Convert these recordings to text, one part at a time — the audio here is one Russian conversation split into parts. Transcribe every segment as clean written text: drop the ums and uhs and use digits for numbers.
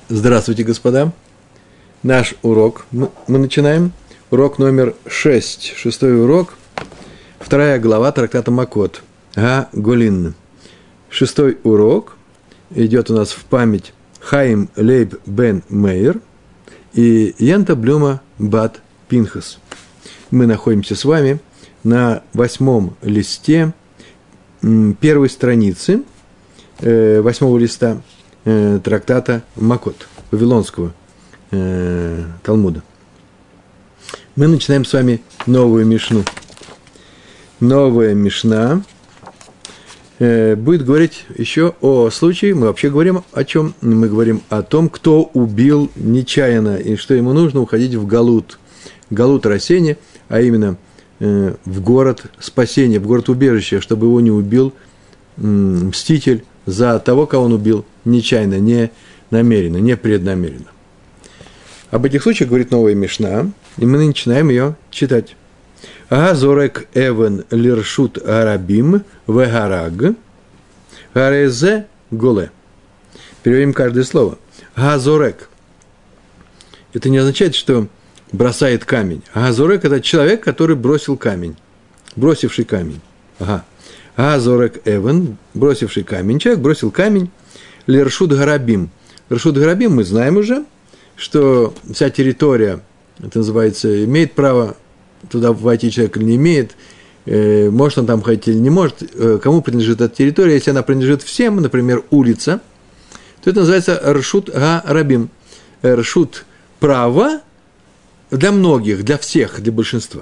Здравствуйте, господа. Наш урок. Мы начинаем. Урок номер 6. Шестой урок. 2 глава трактата Макот. Голин. Шестой урок идет у нас в память Хаим Лейб бен Мейер и Янта Блюма бат Пинхас. Мы находимся с вами на 8 листе первой страницы 8 листа трактата Макот, Вавилонского Талмуда. Мы начинаем с вами новую мишну. Новая мишна будет говорить еще о случае, мы вообще говорим о чем? Мы говорим о том, кто убил нечаянно и что ему нужно уходить в галут. Галут рассеяния, а именно в город спасения, в город убежища, чтобы его не убил мститель за того, кого он убил нечаянно, не намеренно, не преднамеренно. Об этих случаях говорит новая мишна, и мы начинаем ее читать. Газорек эвен лиршут арабим вегараг гарезе голе. Переводим каждое слово. Газорек. Это не означает, что бросает камень. Газорек – это человек, который бросил камень, бросивший камень. Газорек эвен, бросивший камень. Человек бросил камень. Лиршут гарабим. Лиршут гарабим мы знаем уже, что вся территория, это называется, имеет право туда войти человек или не имеет, может он там ходить или не может, кому принадлежит эта территория. Если она принадлежит всем, например, улица, то это называется ршут гарабим. Ршут – право для многих, для всех, для большинства.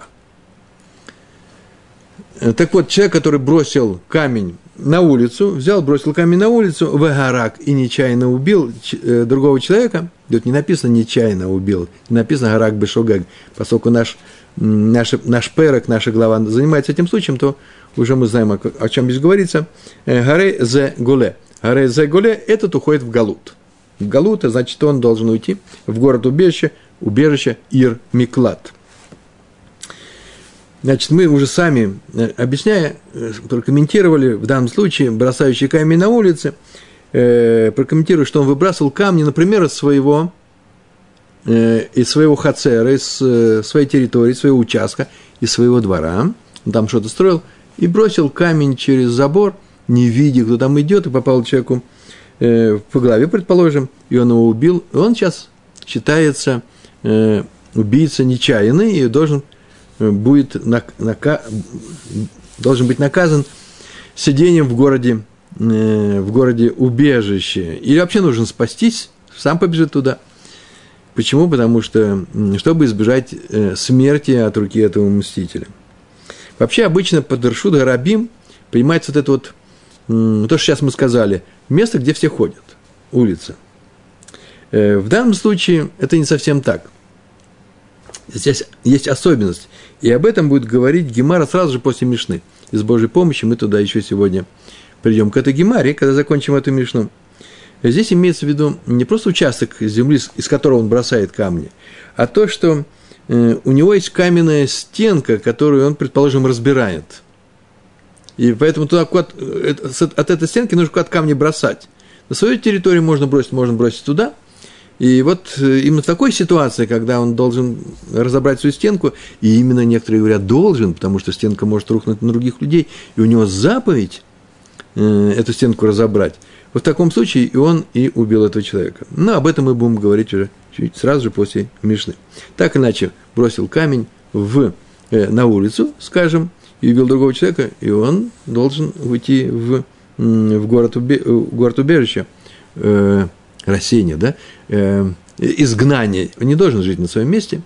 Так вот, человек, который бросил камень на улицу, взял, бросил камень на улицу, вегарак, и нечаянно убил другого человека, тут не написано «нечаянно убил», не написано «гарак бешогег», поскольку наш перек, наша глава занимается этим случаем, то уже мы знаем, о чем здесь говорится. «Гарей зе голе». «Гарей зе голе» – этот уходит в галут. В галут, значит, он должен уйти в город-убежище, Ир Миклат. Значит, мы уже сами, объясняя, прокомментировали в данном случае бросающий камень на улице, прокомментируя, что он выбрасывал камни, например, из своего хацера, из своей территории, своего участка, из своего двора, он там что-то строил, и бросил камень через забор, не видя, кто там идет, и попал человеку по голове, предположим, и он его убил, и он сейчас считается убийца нечаянный и должен быть наказан сидением в городе убежище. Или вообще нужно спастись, сам побежит туда. Почему? Потому что, чтобы избежать смерти от руки этого мстителя. Вообще, обычно под ршут гарабим понимается вот это вот, то, что сейчас мы сказали, место, где все ходят, улица. В данном случае это не совсем так. Здесь есть особенность. И об этом будет говорить Гемара сразу же после Мишны. И с Божьей помощью мы туда еще сегодня придем к этой Гемаре, когда закончим эту Мишну. Здесь имеется в виду не просто участок земли, из которого он бросает камни, а то, что у него есть каменная стенка, которую он, предположим, разбирает. И поэтому туда, от этой стенки нужно куда-то камни бросать. На свою территорию можно бросить туда. И вот именно в такой ситуации, когда он должен разобрать свою стенку, и именно некоторые говорят должен, потому что стенка может рухнуть на других людей, и у него заповедь эту стенку разобрать, вот в таком случае и он и убил этого человека. Но об этом мы будем говорить уже чуть сразу же после Мишны. Так иначе бросил камень на улицу, скажем, и убил другого человека, и он должен уйти в город-убежище, рассеяние, да, изгнание. Он не должен жить на своем месте,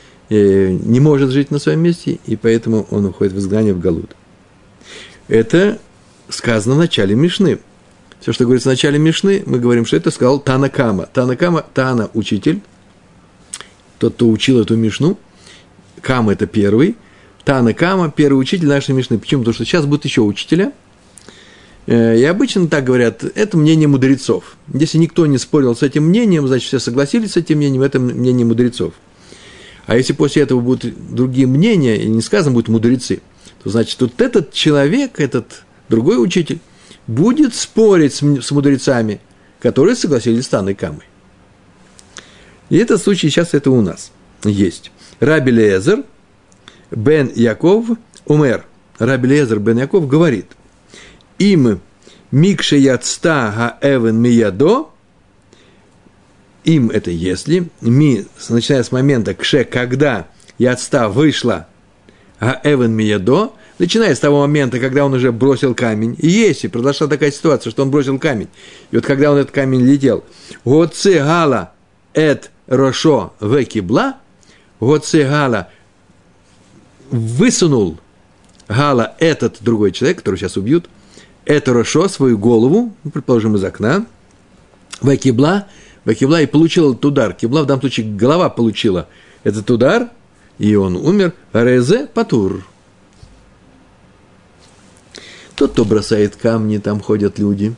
не может жить на своем месте, и поэтому он уходит в изгнание, в галут. Это сказано в начале Мишны. Все, что говорится в начале Мишны, мы говорим, что это сказал Тана Кама. Тана – учитель, тот, кто учил эту Мишну. Кама – это первый. Тана Кама – первый учитель нашей Мишны. Почему? Потому что сейчас будут еще учителя. И обычно так говорят, это мнение мудрецов. Если никто не спорил с этим мнением, значит, все согласились с этим мнением, это мнение мудрецов. А если после этого будут другие мнения, и не сказано будут мудрецы, то значит, вот этот человек, этот другой учитель, будет спорить с мудрецами, которые согласились с Таной Камой. И этот случай сейчас это у нас есть. Раби Леезер бен Яков умер. Раби Леезер бен Яков говорит: им микше яцта гаэвен миядо, им это если, ми, начиная с момента кше, когда яцта вышла гаэвен миядо, начиная с того момента, когда он уже бросил камень, и если произошла такая ситуация, что он бросил камень, и вот когда он этот камень летел, гоце гала эт рошо векибла, гоце гала высунул гала этот другой человек, который сейчас убьют, это рошо свою голову, предположим, из окна, векибла, и получил этот удар. Кибла в данном случае голова получила этот удар, и он умер. Резе патур. Тот, кто бросает камни, там ходят люди.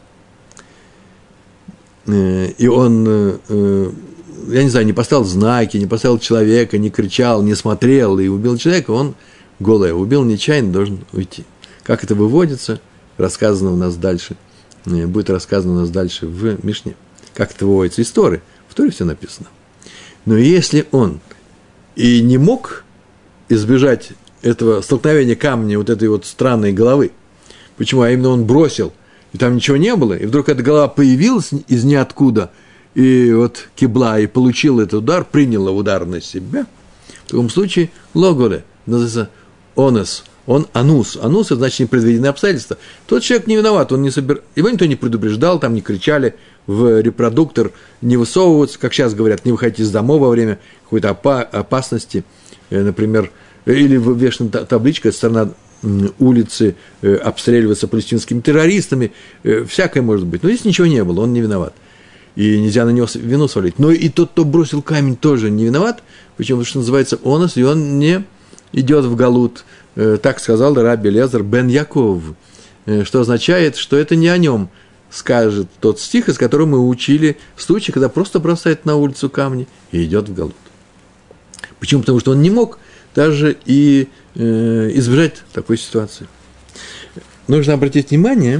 И он, я не знаю, не поставил знаки, не поставил человека, не кричал, не смотрел и убил человека, он голое убил нечаянно, должен уйти. Как это выводится, рассказано у нас дальше, будет рассказано у нас дальше в Мишне. Как это выводится из Торы. В Торе все написано. Но если он и не мог избежать этого столкновения камня, вот этой вот странной головы, почему? А именно он бросил, и там ничего не было, и вдруг эта голова появилась из ниоткуда, и вот кибла, и получил этот удар, приняла удар на себя. В таком случае логоле, называется онес, он анус. Анус – это значит непредвиденные обстоятельства. Тот человек не виноват, он не его никто не предупреждал, там не кричали в репродуктор, не высовываться, как сейчас говорят, не выходить из дома во время какой-то опасности, например, или вешена табличка со стороны улицы, обстреливаться палестинскими террористами, всякое может быть. Но здесь ничего не было, он не виноват. И нельзя на него вину свалить. Но и тот, кто бросил камень, тоже не виноват, почему? Потому что называется онос, и он не идет в галут. Так сказал Раби Леезер бен Яков, что означает, что это не о нем скажет тот стих, из которого мы учили случай, когда просто бросает на улицу камни и идет в галут. Почему? Потому что он не мог даже и избежать такой ситуации. Нужно обратить внимание,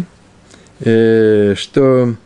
что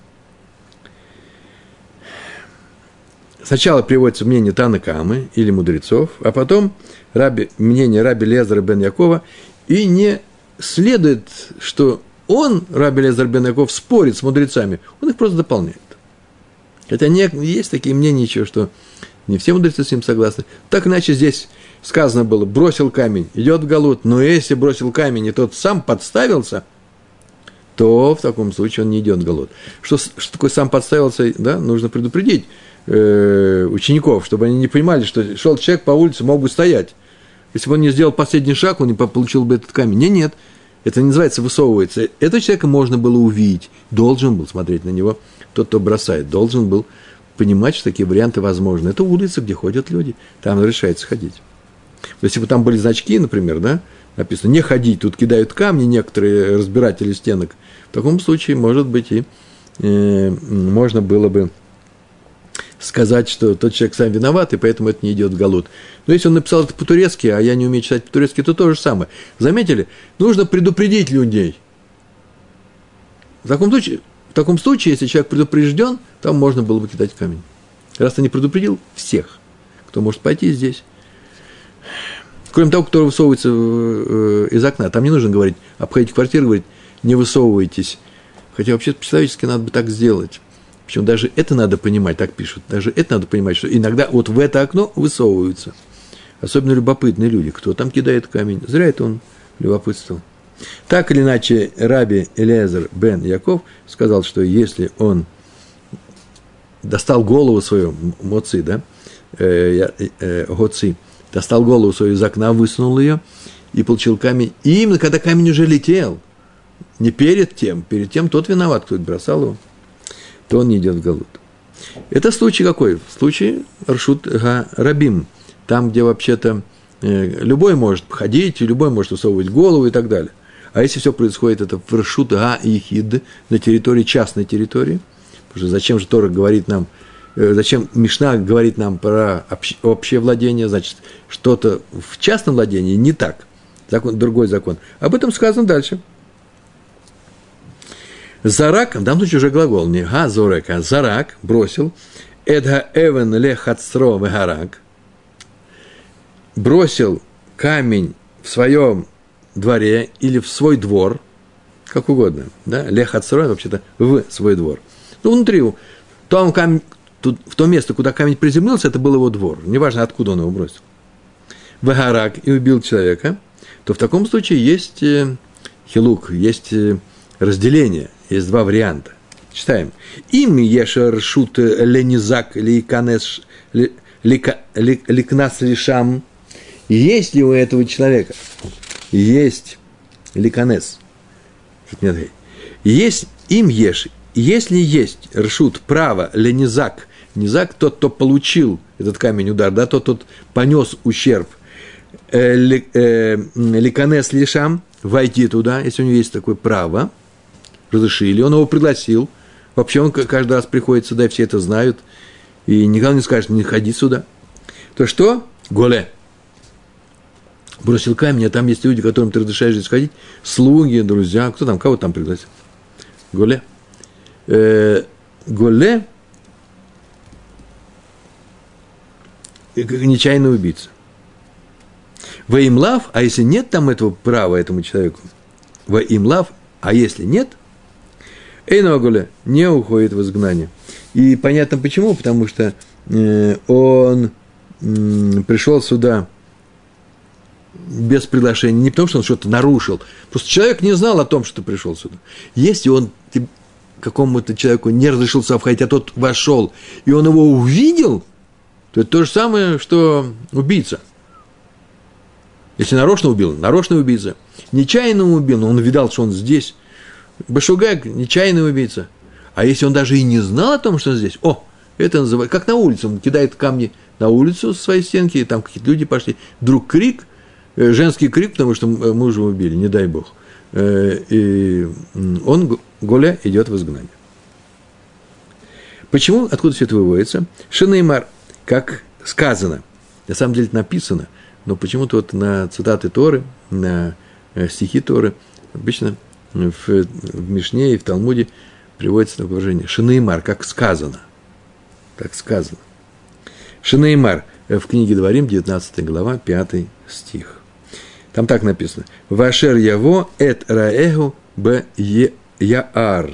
сначала приводится мнение Тана Камы или мудрецов, а потом мнение Раби Леезера бен Якова, и не следует, что он, Раби Леезер бен Яков, спорит с мудрецами, он их просто дополняет. Хотя есть такие мнения еще, что не все мудрецы с ним согласны. Так иначе здесь сказано было, бросил камень, идет в галут, но если бросил камень, и тот сам подставился, то в таком случае он не идет в галут. Что такое сам подставился, да, нужно предупредить учеников, чтобы они не понимали, что шел человек по улице, мог бы стоять. Если бы он не сделал последний шаг, он не получил бы этот камень. Нет, это не называется высовывается. Этого человека можно было увидеть, должен был смотреть на него. Тот, кто бросает, должен был понимать, что такие варианты возможны. Это улица, где ходят люди, там разрешается ходить. Если бы там были значки, например, да, написано «не ходить», тут кидают камни некоторые разбиратели стенок, в таком случае, может быть, и можно было бы сказать, что тот человек сам виноват, и поэтому это не идет в галут. Но если он написал это по-турецки, а я не умею читать по-турецки, то же самое. Заметили? Нужно предупредить людей. В таком случае, если человек предупрежден, там можно было бы кидать камень. Раз ты не предупредил всех, кто может пойти здесь. Кроме того, кто высовывается из окна, там не нужно говорить, обходите квартиру, говорить, не высовывайтесь. Хотя вообще по-человечески надо бы так сделать. Причем даже это надо понимать, так пишут, даже это надо понимать, что иногда вот в это окно высовываются. Особенно любопытные люди. Кто там кидает камень? Зря это он любопытствовал. Так или иначе, Раби Элиэзер бен Яков сказал, что если он достал голову свою, моци, да, гоци, достал голову свою из окна, высунул ее и получил камень. И именно когда камень уже летел, не перед тем тот виноват, кто бросал его, то он не идет в галут. Это случай какой? Случай Ршут Га-Рабим, там, где вообще-то любой может ходить, любой может высовывать голову и так далее. А если все происходит это в Ршут Га-Ихид, на территории, частной территории, потому что зачем же Тора говорит нам, зачем Мишна говорит нам про общее владение, значит, что-то в частном владении не так, другой закон. Об этом сказано дальше. Зарак, в данном случае уже глагол, не газорек, а зарак бросил, Эдга Эвен Лехацро Вегарак, бросил камень в своем дворе или в свой двор, как угодно, да, Лехацро, вообще-то в свой двор. Ну, внутри его, там камень, в то место, куда камень приземлился, это был его двор, неважно, откуда он его бросил. Вегарак и убил человека, то в таком случае есть хилук, есть разделение, есть два варианта. Читаем. Им ешер шут ленизак ликанес ликнас лишам. Если у этого человека есть ликанес, есть им еш, если есть ршут право ленизак, низак тот, кто получил этот камень удар, да, тот понес ущерб, ликанес лишам, войти туда, если у него есть такое право, разрешили, он его пригласил. Вообще он каждый раз приходит сюда, и все это знают, и никогда не скажет, не ходи сюда. То что? Голе. Бросил камень, а там есть люди, которым ты разрешаешь здесь ходить, слуги, друзья, кто там, кого там пригласил? Голе. Голе – нечаянный убийца. Ваимлав, а если нет там этого права этому человеку, ваимлав, а если нет, Эйноголе не уходит в изгнание. И понятно почему, потому что он пришел сюда без приглашения, не потому что он что-то нарушил, просто человек не знал о том, что пришел сюда. Если он какому-то человеку не разрешил сюда входить, а тот вошел, и он его увидел, то это то же самое, что убийца. Если нарочно убил, нарочный убийца. Нечаянно убил, но он видал, что он здесь. Башугаг – нечаянный убийца. А если он даже и не знал о том, что он здесь, это называется, как на улице, он кидает камни на улицу со своей стенки, и там какие-то люди пошли. Вдруг крик, женский крик, потому что мужа убили, не дай бог. И он, Голя, идет в изгнание. Почему? Откуда все это выводится? Шинеймар, как сказано, на самом деле написано, но почему-то вот на цитаты Торы, на стихи Торы обычно в Мишне и в Талмуде приводится такое выражение. Шинеймар, как сказано. Так сказано. Шинеймар в книге Дворим, 19 глава, 5 стих. Там так написано. Вашер яво эт раэгу б яар.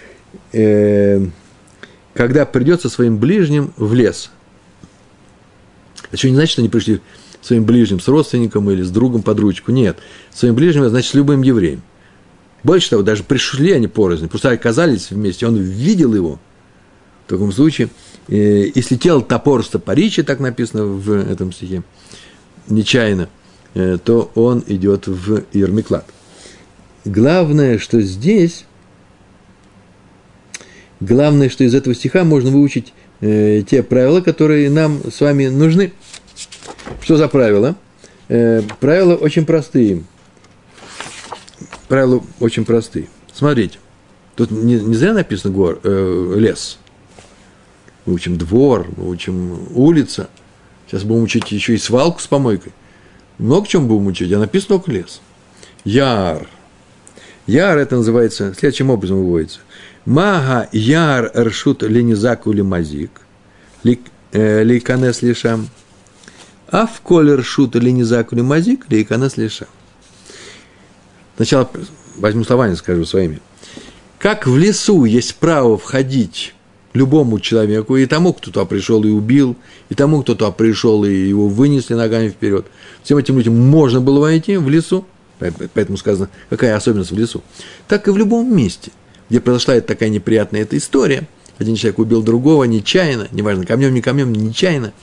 Когда придет со своим ближним в лес. Это еще не значит, что они пришли своим ближним с родственником или с другом под ручку. Нет. Своим ближним, значит, с любым евреем. Больше того, даже пришли они порознь, просто оказались вместе, он видел его. В таком случае, и слетел топор с топорища, так написано в этом стихе, нечаянно, то он идет в Ирмиклад. Главное, что здесь, главное, что из этого стиха можно выучить те правила, которые нам с вами нужны. Что за правила? Правила очень простые. Правила очень простые. Смотрите, тут не зря написано лес. Мы учим двор, мы учим улица. Сейчас будем учить еще и свалку с помойкой. Много чем будем учить, а написано только лес. Яр. Яр это называется, следующим образом выводится. Мага яр ршут ленизаку лимазик. Лейканес лишам. А в колер ршут ленизаку лимазик. Лейканес лишам. Сначала возьму словами, скажу своими. Как в лесу есть право входить любому человеку, и тому, кто туда пришел и убил, и тому, кто туда пришел и его вынесли ногами вперед. Всем этим людям можно было войти в лесу, поэтому сказано, какая особенность в лесу. Так и в любом месте, где произошла такая неприятная эта история, один человек убил другого нечаянно, неважно, камнем, не камнем, нечаянно,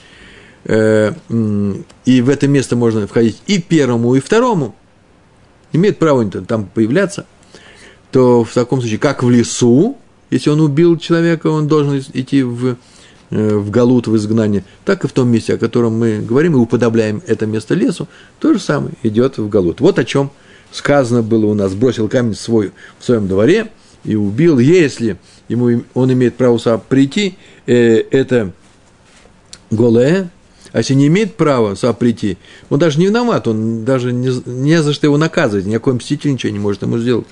и в это место можно входить и первому, и второму, имеет право там появляться, то в таком случае, как в лесу, если он убил человека, он должен идти в галут, в изгнание, так и в том месте, о котором мы говорим, и уподобляем это место лесу, то же самое идет в галут. Вот о чем сказано было у нас. Бросил камень в своем дворе и убил, если он имеет право сюда прийти, это голе. А если не имеет права сюда прийти, он даже не виноват, он даже не за что его наказывать, никакой мститель ничего не может ему сделать.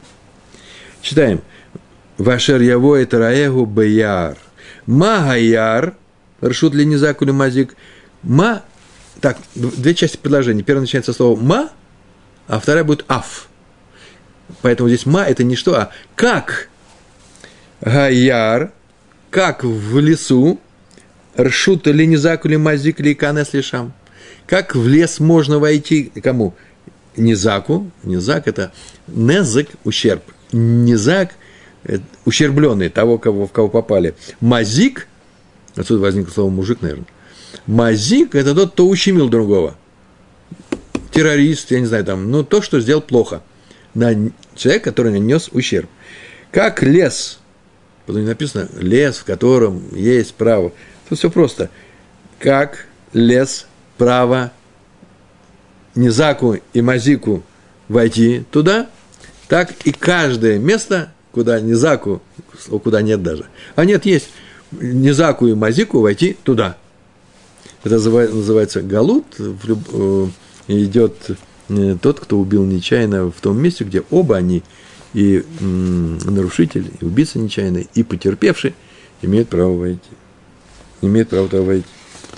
Читаем. Вашер яво это раэгу б яар. Мага яар, ршут ли низак или мазик. Ма, так, две части предложения. Первая начинается со слова ма, а вторая будет аф. Поэтому здесь ма – это не что, а как гаяр, как в лесу, ршут ли низак или мазик ли канес лишам. Как в лес можно войти, кому? Низаку. Низак – это незак, ущерб. Низак – ущербленный, того, в кого попали. Мазик, отсюда возникло слово мужик, наверное. Мазик – это тот, кто ущемил другого. Террорист, я не знаю, там, ну, то, что сделал плохо. На человека, который нанес ущерб. Как лес, потом написано, лес, в котором есть право. Тут все просто. Как лес, право низаку и мазику войти туда, так и каждое место, куда низаку, куда нет даже, а нет, есть низаку и мазику войти туда. Это называется галут, идет тот, кто убил нечаянно в том месте, где оба они, и нарушитель, и убийца нечаянный, и потерпевший, имеют право войти. Имеют право туда войти.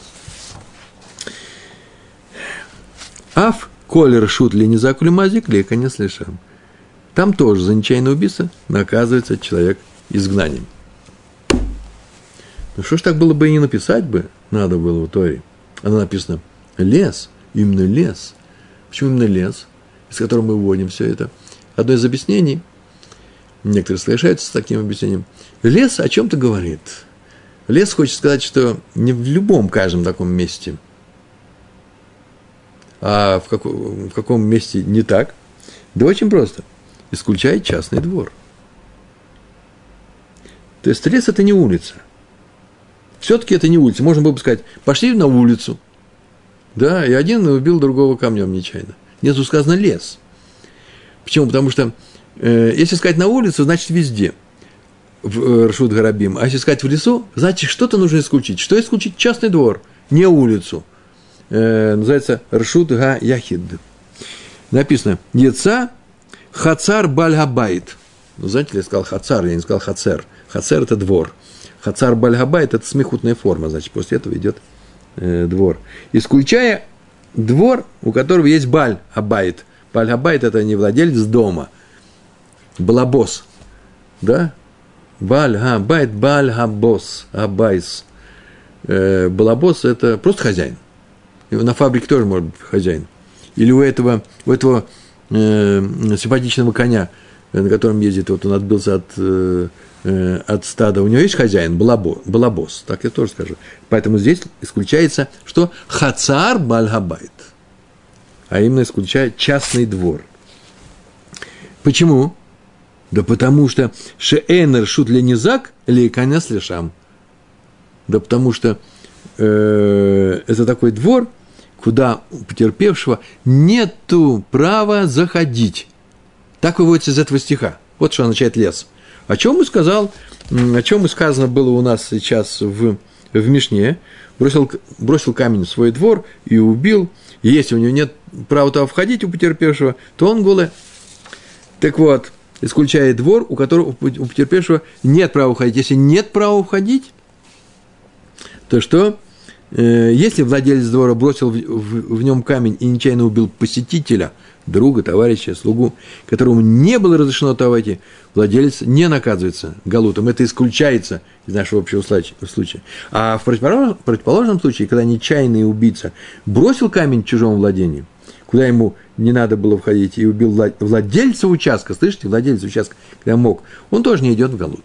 Аф, колер, шут, ли низак, ли мазик, ли конец лишам. Там тоже за нечаянное убийство наказывается человек изгнанием. Ну что ж так было бы и не написать бы, надо было в Торе. Оно написано лес, именно лес. Почему именно лес, из которого мы вводим все это? Одно из объяснений, некоторые соглашаются с таким объяснением, лес о чем-то говорит. Лес хочет сказать, что не в любом каждом таком месте, а в каком месте не так? Да очень просто. Исключает частный двор. То есть лес – это не улица. Все-таки это не улица. Можно было бы сказать, пошли на улицу. Да, и один убил другого камнем нечаянно. Нет, тут сказано лес. Почему? Потому что если сказать на улицу, значит везде. В Рашут Гарабим. А если сказать в лесу, значит что-то нужно исключить. Что исключить? Частный двор, не улицу. Называется Рашут Га Яхид. Написано Еца Хацар Бальгабайт. Ну, знаете, я сказал Хацар, я не сказал Хацер. Хацер – это двор. Хацар Бальгабайт – это смехутная форма, значит, после этого идет двор. Исключая двор, у которого есть Баль-Абайт. Баль-Абайт – это не владелец дома. Балабос. Да? Баль-Абайт, Баль-Абос, Абайс. Балабос – это просто хозяин. И на фабрике тоже может быть хозяин. Или у этого симпатичного коня, на котором ездит, вот он отбился от стада, у него есть хозяин, балабос, так я тоже скажу. Поэтому здесь исключается, что хацар бальгабайт, а именно исключает частный двор. Почему? Да потому что шеэнер шут ленизак лейканес лешам. Да потому что это такой двор, куда у потерпевшего нету права заходить. Так выводится из этого стиха. Вот что означает лес. О чем и сказано было у нас сейчас в Мишне. Бросил камень в свой двор и убил. И если у него нет права туда входить, у потерпевшего, то он голый. Так вот, исключает двор, у которого у потерпевшего нет права входить. Если нет права входить, то что? Если владелец двора бросил в нем камень и нечаянно убил посетителя, друга, товарища, слугу, которому не было разрешено туда войти, владелец не наказывается галутом. Это исключается из нашего общего случая. А в противоположном случае, когда нечаянный убийца бросил камень в чужом владении, куда ему не надо было входить, и убил владельца участка, слышите, владельца участка, когда мог, он тоже не идет в галут.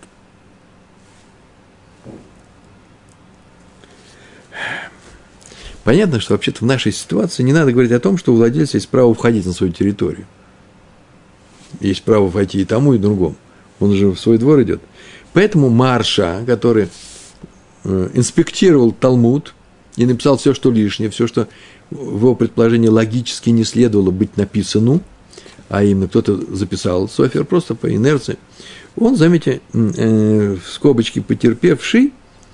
Понятно, что вообще-то в нашей ситуации не надо говорить о том, что у владельца есть право входить на свою территорию. Есть право войти и тому, и другому. Он же в свой двор идет. Поэтому Марша, который инспектировал Талмуд и написал все, что лишнее, все, что в его предположении логически не следовало быть написано, а именно кто-то записал софер просто по инерции, он, заметьте, в скобочке потерпевший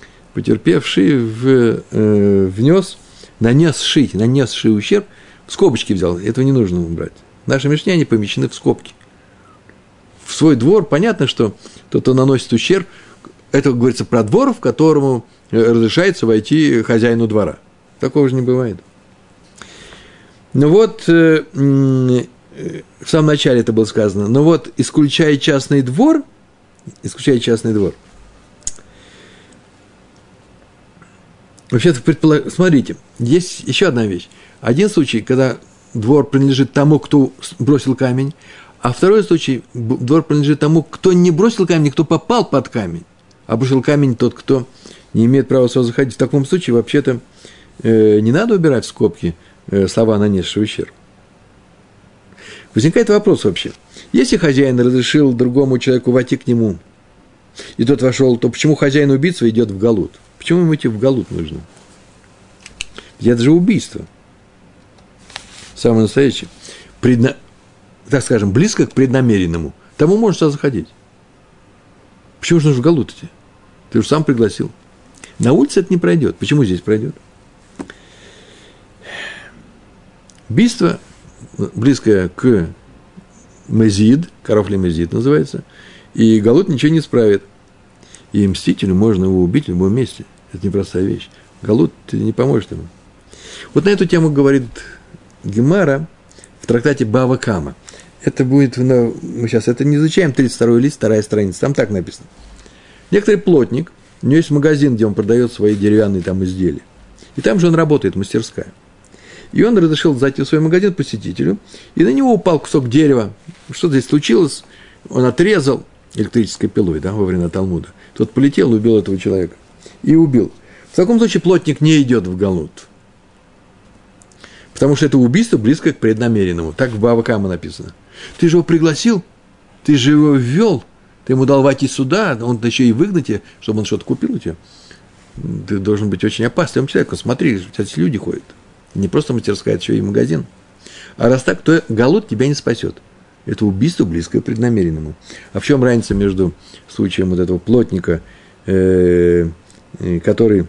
нанесший ущерб, в скобочки взял, этого не нужно убрать. Наши мишни, они помещены в скобки. В свой двор, понятно, что тот, кто наносит ущерб, это говорится про двор, в котором разрешается войти хозяину двора. Такого же не бывает. Ну вот, в самом начале это было сказано, но вот, исключая частный двор, вообще-то, смотрите, есть еще одна вещь. Один случай, когда двор принадлежит тому, кто бросил камень, а второй случай, двор принадлежит тому, кто не бросил камень, кто попал под камень, а бросил камень тот, кто не имеет права сюда заходить. В таком случае, вообще-то, не надо убирать в скобки слова, нанесшие ущерб. Возникает вопрос вообще. Если хозяин разрешил другому человеку войти к нему, и тот вошел, то почему хозяин убийца идет в галут? Почему ему идти в галут нужно? Ведь это же убийство. Самое настоящее. Так скажем, близко к преднамеренному. Тому можно сюда заходить. Почему же нужно в галут идти? Ты уже сам пригласил. На улице это не пройдет. Почему здесь пройдет? Убийство, близкое к мезид, карофли мезид называется, и галут ничего не справит. И мстителю можно его убить в любом месте. Это непростая вещь. Галут не поможет ему. Вот на эту тему говорит Гемара в трактате Бава Кама. Это будет, мы сейчас это не изучаем, 32-й лист, 2-я страница, там так написано. Некоторый плотник, у него есть магазин, где он продает свои деревянные там изделия. И там же он работает, мастерская. И он разрешил зайти в свой магазин посетителю, и на него упал кусок дерева. Что здесь случилось? Он отрезал электрической пилой, да, во время Талмуда. Тот полетел и убил этого человека. И убил. В таком случае плотник не идет в галут. Потому что это убийство близко к преднамеренному. Так в Бава Кама написано. Ты же его пригласил, ты же его ввел, ты ему дал войти сюда, он еще и выгнать тебя, чтобы он что-то купил у тебя. Ты должен быть очень опасным человеком. Смотри, сейчас люди ходят. Не просто мастерская, это еще и магазин. А раз так, то галут тебя не спасет. Это убийство близкое к преднамеренному. А в чем разница между случаем вот этого плотника, который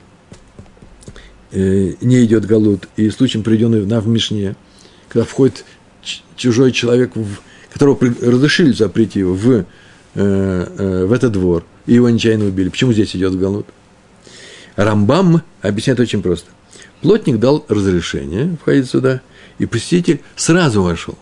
не идет галут, и случаем, приведенным в Мишне, когда входит чужой человек, которого разрешили сюда прийти в этот двор, и его нечаянно убили. Почему здесь идет галут? Рамбам объясняет очень просто. Плотник дал разрешение входить сюда, и посетитель сразу вошел.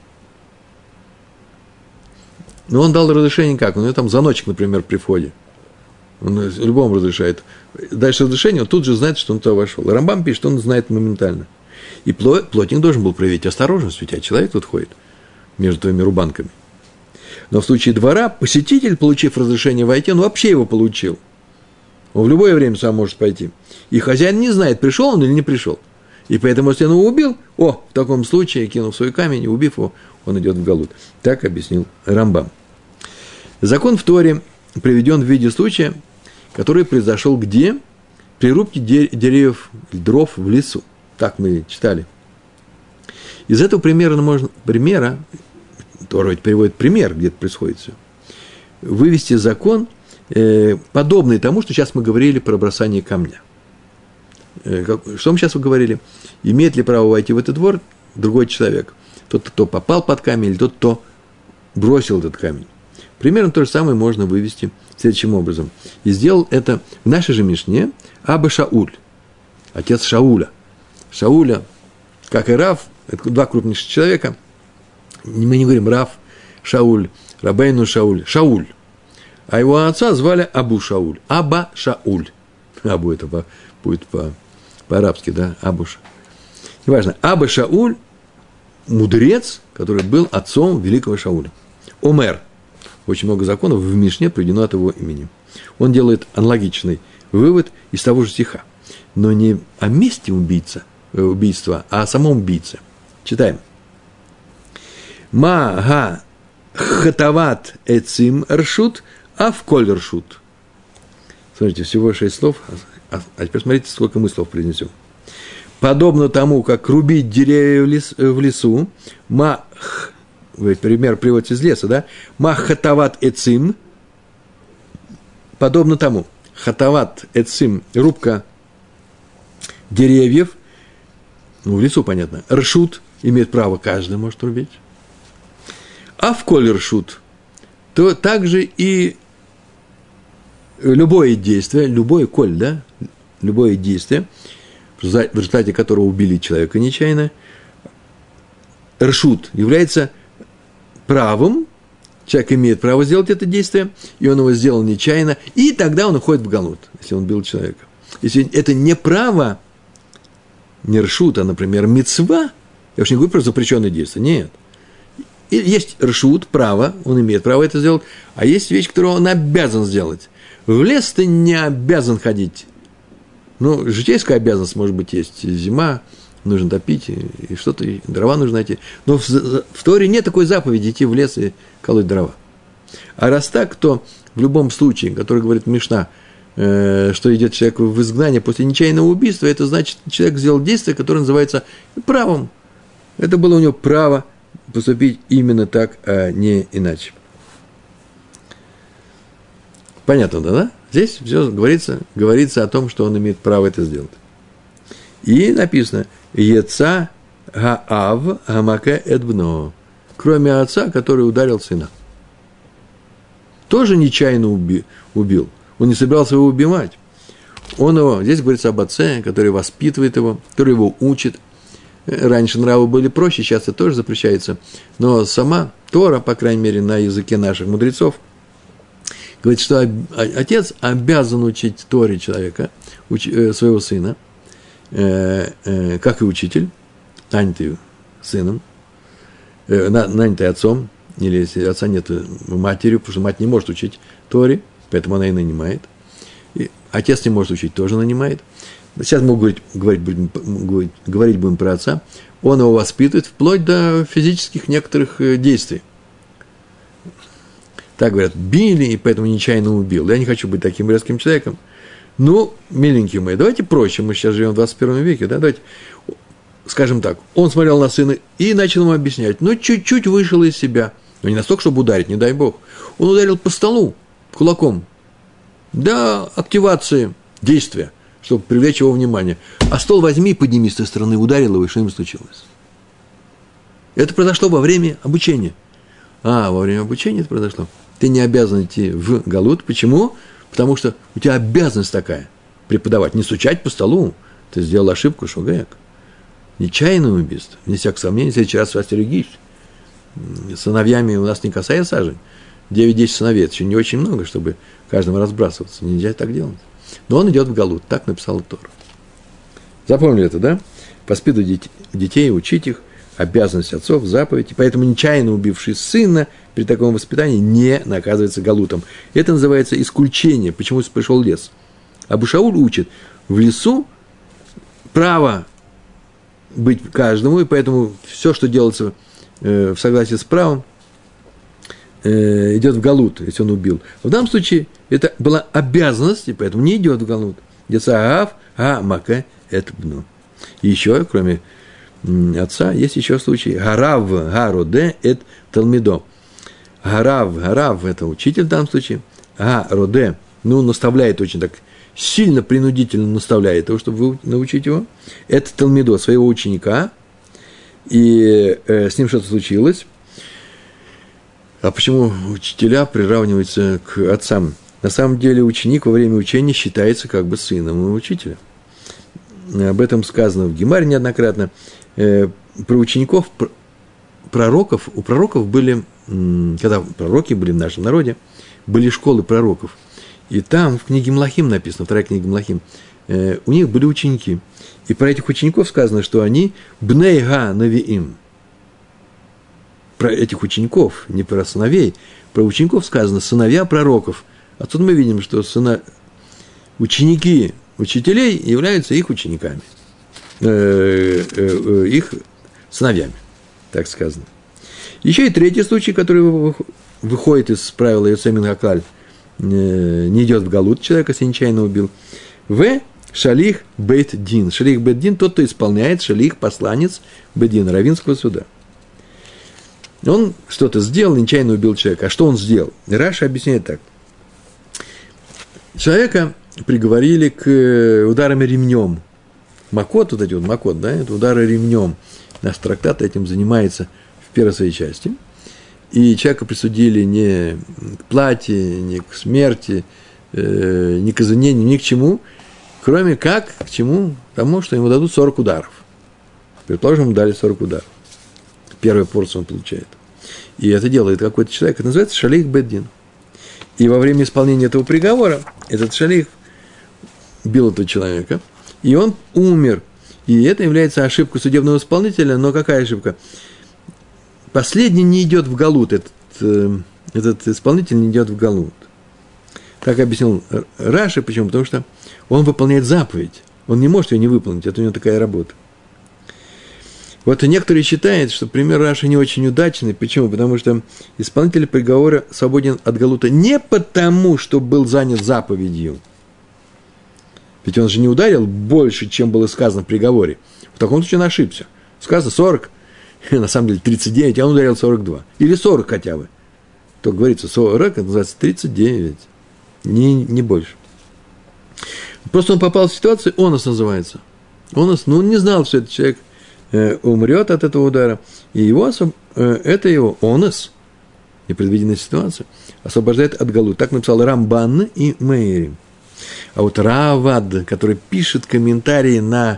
Но он дал разрешение как? У него там звоночек, например, при входе. Он любому разрешает. Дальше разрешение, он тут же знает, что он туда вошел. Рамбам пишет, что он знает моментально. И плотник должен был проявить осторожность, ведь человек тут ходит между твоими рубанками. Но в случае двора посетитель, получив разрешение войти, он вообще его получил. Он в любое время сам может пойти. И хозяин не знает, пришел он или не пришел. И поэтому, если он его убил, в таком случае, кинув свой камень и убив его, он идет в галут. Так объяснил Рамбам. Закон в Торе приведен в виде случая, который произошел где? При рубке деревьев, дров в лесу. Так мы читали. Из этого примера, Тора ведь приводит пример, где это происходит все, вывести закон, подобный тому, что сейчас мы говорили про бросание камня. Что мы сейчас говорили? Имеет ли право войти в этот двор другой человек? Тот, кто попал под камень, или тот, кто бросил этот камень. Примерно то же самое можно вывести следующим образом. И сделал это в нашей же Мишне Аба Шауль, отец Шауля. Шауля, как и Рав, это два крупнейших человека. Мы не говорим Рав, Шауль, Рабейну Шауль, Шауль. А его отца звали Абу Шауль, Аба Шауль. Абу это будет по-арабски, да, Абуша. Неважно. Аба Шауль, мудрец, который был отцом великого Шауля. Омер. Очень много законов в Мишне приведено от его имени. Он делает аналогичный вывод из того же стиха. Но не о месте убийства, а о самом убийце. Читаем. Ма-га хатават эцим ршут, а в коль ршут. Смотрите, всего 6 слов. А теперь смотрите, сколько мы слов произнесем. Подобно тому, как рубить деревья в лесу, пример приводится из леса, да? Махатават эцим, подобно тому, хатават эцим, рубка деревьев, в лесу, понятно, ршут, имеет право, каждый может рубить. А в коль ршут, то также и любое действие, любое коль, да, любое действие, в результате которого убили человека нечаянно, ршут является правом, человек имеет право сделать это действие, и он его сделал нечаянно, и тогда он уходит в галут, если он убил человека. Если это не право, не ршут, а, например, мицва, я уж не говорю про запрещенное действие, нет. И есть ршут, право, он имеет право это сделать, а есть вещь, которую он обязан сделать. В лес ты не обязан ходить. Ну, житейская обязанность, может быть, есть зима, нужно топить, и что-то, и дрова нужно найти. Но в Торе нет такой заповеди идти в лес и колоть дрова. А раз так, то в любом случае, который говорит Мишна, что идет человек в изгнание после нечаянного убийства, это значит, человек сделал действие, которое называется правом. Это было у него право поступить именно так, а не иначе. Понятно, да? Здесь все говорится о том, что он имеет право это сделать. И написано «Еца гаав гамаке эдбно», кроме отца, который ударил сына. Тоже нечаянно убил. Он не собирался его убивать. Он его, здесь говорится об отце, который воспитывает его, который его учит. Раньше нравы были проще, сейчас это тоже запрещается. Но сама Тора, по крайней мере, на языке наших мудрецов, говорит, что отец обязан учить Торе человека, своего сына, как и учитель, нанятый сыном, нанятый отцом, или если отца нет, матерью, потому что мать не может учить Торе, поэтому она и нанимает. И отец не может учить, тоже нанимает. Сейчас мы говорить будем про отца. Он его воспитывает вплоть до физических некоторых действий. Так говорят, били, и поэтому нечаянно убил. Я не хочу быть таким резким человеком. Ну, миленькие мои, давайте проще. Мы сейчас живем в 21 веке, да? Давайте, скажем так, он смотрел на сына и начал ему объяснять. Ну, чуть-чуть вышел из себя. Но не настолько, чтобы ударить, не дай бог. Он ударил по столу кулаком. До активации действия, чтобы привлечь его внимание. А стол возьми и подними с той стороны, ударил его, и что ему случилось? Это произошло во время обучения. Во время обучения это произошло. Ты не обязан идти в галут. Почему? Потому что у тебя обязанность такая – преподавать. Не стучать по столу. Ты сделал ошибку, шугэк. Нечаянное убийство. Вне всякого сомнения, в следующий раз остерегись. Сыновьями у нас не касается сажень. 9-10 сыновей – это еще не очень много, чтобы каждому разбрасываться. Нельзя так делать. Но он идет в галут. Так написал Тора. Запомнили это, да? Воспитывать детей, учить их. Обязанность отцов, заповедь. И поэтому нечаянно убивший сына при таком воспитании не наказывается галутом. Это называется исключение. Почему пришел лес? Абу Шауль учит, в лесу право быть каждому, и поэтому все, что делается в согласии с правом, идет в галут, если он убил. В данном случае это была обязанность, и поэтому не идет в галут. Яцаав, маке, это бну. И еще, кроме отца, есть еще случай. Гарав, гароде, это талмидо. Гарав, это учитель в данном случае. Гароде, наставляет очень так, сильно принудительно наставляет его, чтобы научить его. Это талмидо, своего ученика. И с ним что-то случилось. А почему учителя приравниваются к отцам? На самом деле ученик во время учения считается как бы сыном учителя. Об этом сказано в Гемаре неоднократно. Про учеников, пророков, у пророков были, когда пророки были в нашем народе, были школы пророков. И там в книге Млахим написано, вторая книга Млахим, у них были ученики. И про этих учеников сказано, что они бней га навиим. Про этих учеников, не про сыновей, про учеников сказано сыновья пророков. Отсюда мы видим, что ученики учителей являются их учениками, их сыновьями, так сказано. Еще и третий случай, который выходит из правила Йоцэ мин хаклаль, не идет в галут человека, если нечаянно убил. Шалих бейт дин. Шалих бейт дин – тот, кто исполняет, шалих – посланец бейт дин, раввинского суда. Он что-то сделал, нечаянно убил человека. А что он сделал? Раша объясняет так. Человека приговорили к ударам ремнем. Макот, вот эти вот макот, да, это удары ремнем. Наш трактат этим занимается в первой своей части. И человека присудили не к плате, не к смерти, не к казнению, ни к чему. Кроме как, к чему? К тому, что ему дадут 40 ударов. Предположим, ему дали 40 ударов. Первую порцию он получает. И это делает какой-то человек, это называется шалих бет-дин. И во время исполнения этого приговора этот шалих бил этого человека, и он умер. И это является ошибкой судебного исполнителя, но какая ошибка? Последний не идет в галут, этот исполнитель не идет в галут. Так объяснил Раши, почему? Потому что он выполняет заповедь, он не может ее не выполнить, это у него такая работа. Вот и некоторые считают, что пример Раши не очень удачный. Почему? Потому что исполнитель приговора свободен от галута не потому, что был занят заповедью. Ведь он же не ударил больше, чем было сказано в приговоре. В таком случае он ошибся. Сказано 40, на самом деле 39, а он ударил 42. Или 40 хотя бы. То говорится 40, это называется 39. Не больше. Просто он попал в ситуацию, онос называется. Онос, он не знал, что этот человек умрет от этого удара, и это его онос, непредвиденная ситуация, освобождает от галут. Так написал Рамбан и Мейри. А вот Равад, который пишет комментарии на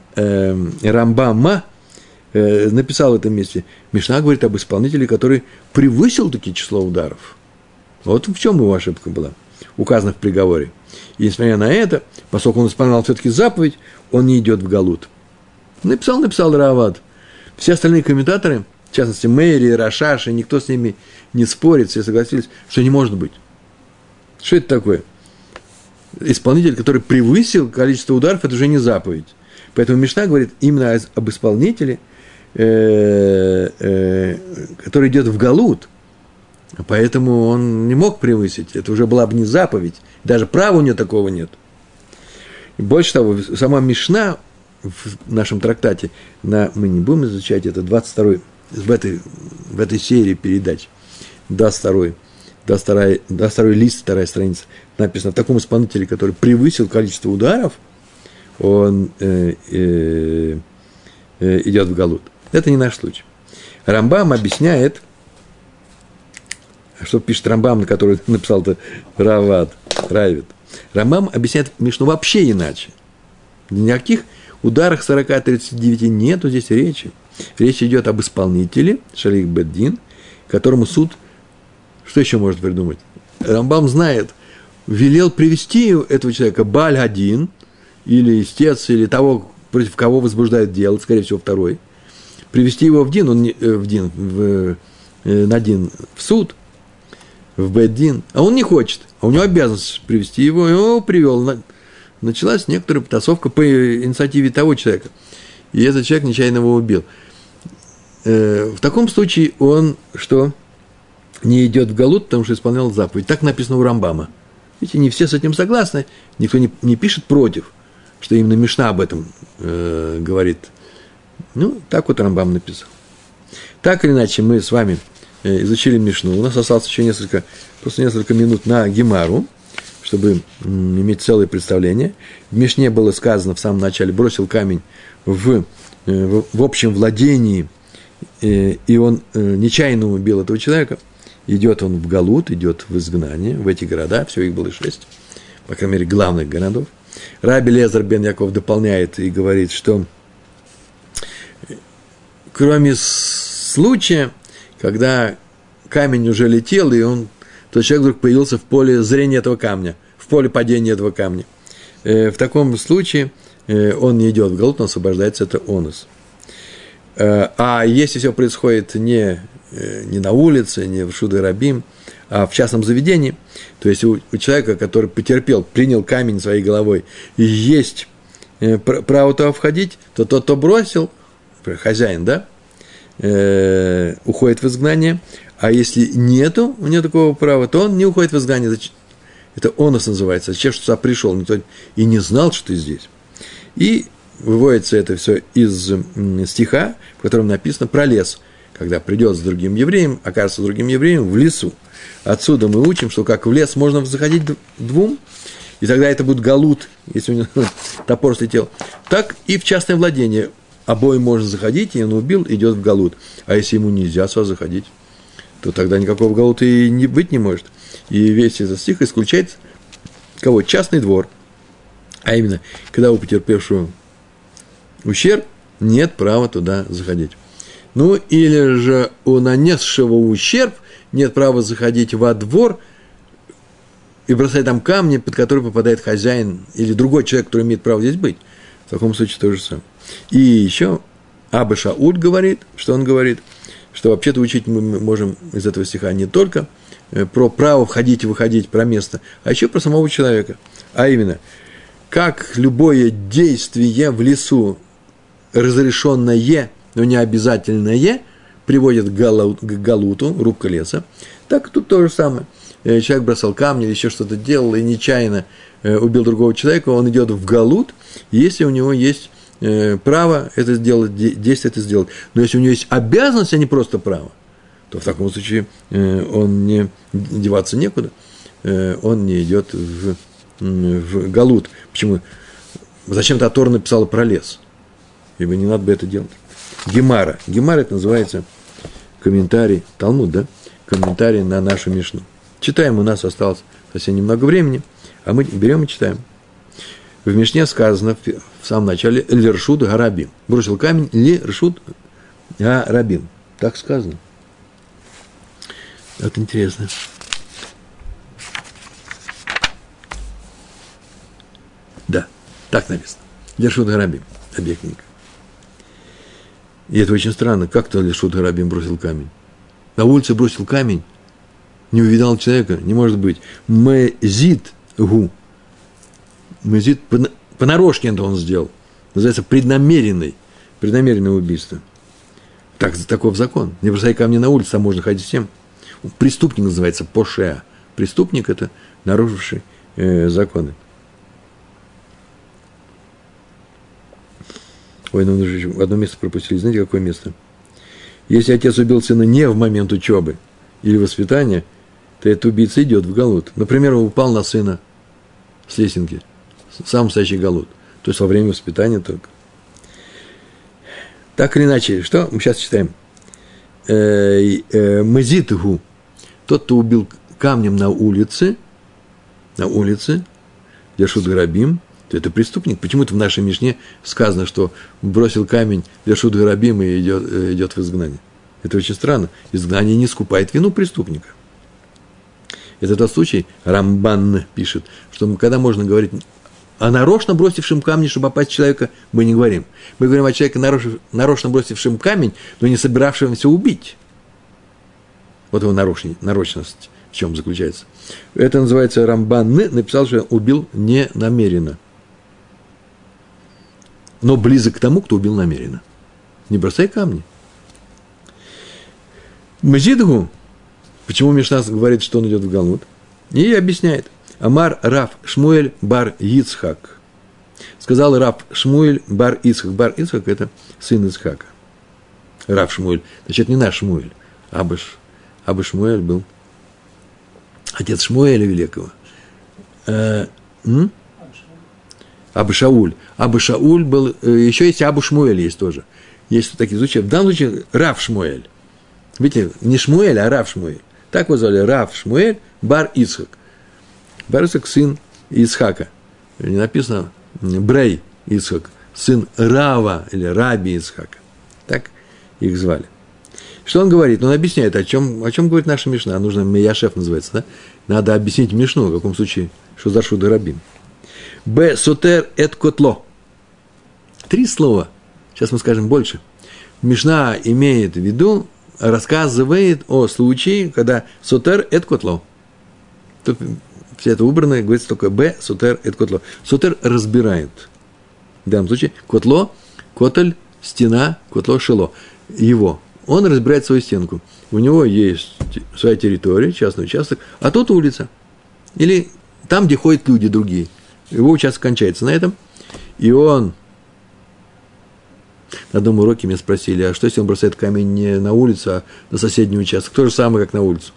Рамбама, написал в этом месте, Мишна говорит об исполнителе, который превысил такие число ударов. Вот в чем его ошибка была, указана в приговоре. И несмотря на это, поскольку он исполнял все-таки заповедь, он не идет в галут. Написал Равад. Все остальные комментаторы, в частности, Мейри и Рашаши, никто с ними не спорит, все согласились, что не может быть. Что это такое? Исполнитель, который превысил количество ударов, это уже не заповедь. Поэтому Мишна говорит именно об исполнителе, который идет в галут. Поэтому он не мог превысить. Это уже была бы не заповедь. Даже права у него такого нет. И больше того, сама Мишна в нашем трактате, мы не будем изучать это, 22-й, в этой серии передач, 22-й лист, 2-я страница, написано, в таком исполнителе, который превысил количество ударов, он идет в галут. Это не наш случай. Рамбам объясняет, что пишет Рамбам, на который написал-то Равид. Рамбам объясняет Мишну вообще иначе. Никаких ударах 40-39 нету здесь речи. Речь идет об исполнителе, шалих бет-дин, которому суд, что еще может придумать? Рамбам знает, велел привести этого человека Бааль-Гадин, или истец, или того, против кого возбуждает дело, скорее всего, второй, привести его в суд, в бет-дин, а он не хочет, а у него обязанность привести его, и его привел. Началась некоторая потасовка по инициативе того человека. И этот человек нечаянно его убил. В таком случае он что? Не идет в галут, потому что исполнял заповедь. Так написано у Рамбама. Видите, не все с этим согласны. Никто не пишет против, что именно Мишна об этом говорит. Ну, так вот Рамбам написал. Так или иначе, мы с вами изучили Мишну. У нас осталось еще несколько минут на Гемару, чтобы иметь целое представление. В Мишне было сказано в самом начале, бросил камень в общем владении, и он нечаянно убил этого человека. Идет он в галут, идет в изгнание, в эти города, всего их было 6, по крайней мере, главных городов. Раби Лезар бен Яков дополняет и говорит, что кроме случая, когда камень уже летел, и тот человек вдруг появился в поле зрения этого камня, в поле падения этого камня. В таком случае он не идет в галут, он освобождается, это онос. А если все происходит не на улице, не в Шуде Рабим, а в частном заведении, то есть у человека, который потерпел, принял камень своей головой, и есть право туда входить, то тот, кто бросил, хозяин, да, уходит в изгнание, а если нету у него такого права, то он не уходит в изгнание. Это онос называется. Зачем, что сюда пришел, никто и не знал, что ты здесь. И выводится это все из стиха, в котором написано про лес. Когда придет с другим евреем, окажется с другим евреем в лесу. Отсюда мы учим, что как в лес можно заходить двум, и тогда это будет галут, если у него топор слетел, так и в частное владение. Обоим можно заходить, и он убил, идет в галут. А если ему нельзя сюда заходить, то тогда никакого галута и быть не может. И весь этот стих исключает кого? Частный двор. А именно, когда у потерпевшего ущерб, нет права туда заходить. Ну, или же у нанесшего ущерб нет права заходить во двор и бросать там камни, под которые попадает хозяин или другой человек, который имеет право здесь быть. В таком случае то же самое. И еще Аба Шауль говорит, что он говорит, что вообще-то учить мы можем из этого стиха не только про право входить и выходить, про место, а еще про самого человека. А именно, как любое действие в лесу, разрешенное, но не обязательное, приводит к галуту, рубка леса, так и тут то же самое. Человек бросал камни или еще что-то делал и нечаянно убил другого человека, он идет в галут, если у него есть право это сделать, действие это сделать. Но если у него есть обязанность, а не просто право, то в таком случае он не деваться некуда, он не идет в галут. Почему? Зачем-то Тора написала про лес, ибо не надо бы это делать. Гемара. Гемара это называется комментарий, Талмуд, да? Комментарий на нашу Мишну. Читаем, у нас осталось совсем немного времени, а мы берем и читаем. В Мишне сказано в самом начале «Лершут гарабим». Бросил камень «Лершут гарабим». Так сказано. Это интересно. Да, так написано. «Лершут гарабим». Объектненько. И это очень странно. Как-то Лершут гарабим бросил камень. На улице бросил камень. Не увидал человека. Не может быть. Мезид гу. Мезид понарошке это он сделал. Называется преднамеренное убийство. Таков закон. Не бросай камни на улице, там можно ходить всем. Преступник называется пошеа. Преступник – это нарушивший законы. Ой, ну одно место пропустили. Знаете, какое место? Если отец убил сына не в момент учебы или воспитания, то этот убийца идет в галут. Например, он упал на сына с лесенки. Сам настоящий галут. То есть во время воспитания только. Так или иначе, что мы сейчас читаем? Мезитгу. Тот, кто убил камнем на улице, Лершут гарабим, то это преступник. Почему-то в нашей Мишне сказано, что бросил камень Лершут гарабим и идет в изгнание. Это очень странно. Изгнание не скупает вину преступника. Это тот случай, Рамбан пишет, что когда можно говорить о нарочно бросившем камни, чтобы попасть в человека, мы не говорим. Мы говорим о человеке, нарочно бросившем камень, но не собиравшемся убить. Вот его нарочность в чем заключается. Это называется Рамбан написал, что убил не намеренно. Но близок к тому, кто убил намеренно. Не бросай камни. Мезидгу, почему Мишна говорит, что он идет в галут? И объясняет. Амар Рав Шмуэль бар Ицхак. Сказал Рав Шмуэль бар Ицхак. Бар Ицхак – это сын Ицхака. Рав Шмуэль. Значит, не наш Шмуэль. Аба Шмуэль был отец Шмуэля Великого. Аба Шауль. Аба Шауль был, еще есть Аба Шмуэль есть тоже. Есть такие случаи. В данном случае Рав Шмуэль. Видите, не Шмуэль, а Рав Шмуэль. Так его звали Рав Шмуэль бар Ицхак. Бар Ицхак сын Ицхака. Не написано Брей Ицхак, сын Рава или Раби Ицхака. Так их звали. Что он говорит? Он объясняет, о чем говорит наша Мишна. Нужно Мияшеф называется, да? Надо объяснить Мишну, в каком случае, что за шуда рабим. Б. Сотер эт котло. 3 слова. Сейчас мы скажем больше. Мишна имеет в виду, рассказывает о случае, когда сотер эт котло. Тут все это убрано, говорится только Б. Сотер эт котло. Сотер разбирает. В данном случае котло, котель, стена, котло, шело. Его. Он разбирает свою стенку. У него есть своя территория, частный участок, а тут улица. Или там, где ходят люди другие. Его участок кончается на этом. И он... На одном уроке меня спросили, а что, если он бросает камень не на улицу, а на соседний участок? То же самое, как на улицу.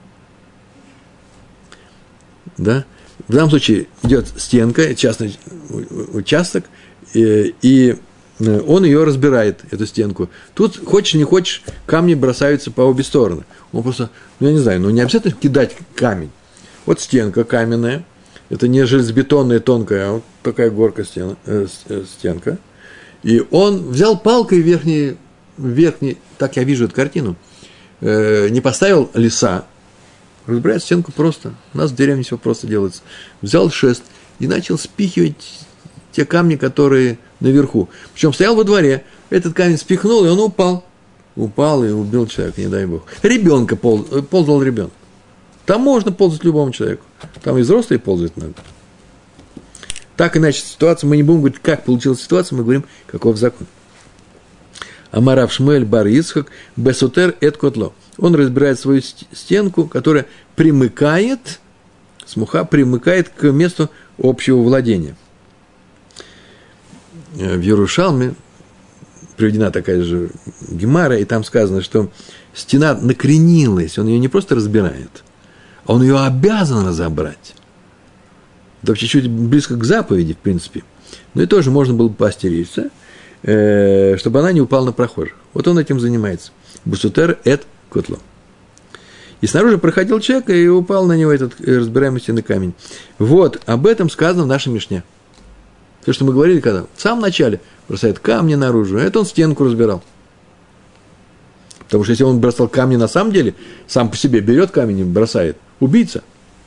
Да? В данном случае идет стенка, частный участок, и он ее разбирает, эту стенку. Тут, хочешь не хочешь, камни бросаются по обе стороны. Он просто, я не знаю, не обязательно кидать камень. Вот стенка каменная, Это не железобетонная тонкая, а вот такая горка стенка. И он взял палкой верхний, так я вижу эту картину, не поставил леса, разбирает стенку просто. У нас в деревне все просто делается. Взял шест и начал спихивать те камни, которые наверху. Причем стоял во дворе, этот камень спихнул, и он упал. Упал и убил человека, не дай бог. Ребенка ползал ребенок. Там можно ползать любому человеку. Там и взрослые ползать надо. Так иначе ситуация, мы не будем говорить, как получилась ситуация, мы говорим, каков закон. Амарав Шмуэль бар Ицхак бесутер эт котло. Он разбирает свою стенку, которая примыкает, смуха примыкает к месту общего владения. В Иерушалме приведена такая же гемара, и там сказано, что стена накренилась, он ее не просто разбирает, а он ее обязан разобрать. Это чуть-чуть близко к заповеди, в принципе. Но и тоже можно было бы поостеречься, чтобы она не упала на прохожих. Вот он этим занимается. Бусутер эт котло. И снаружи проходил человек, и упал на него этот разбираемый стенный камень. Вот, об этом сказано в нашей Мишне. То, что мы говорили, когда в самом начале бросает камни наружу, это он стенку разбирал. Потому что если он бросал камни на самом деле, сам по себе берет камень и бросает, убийца.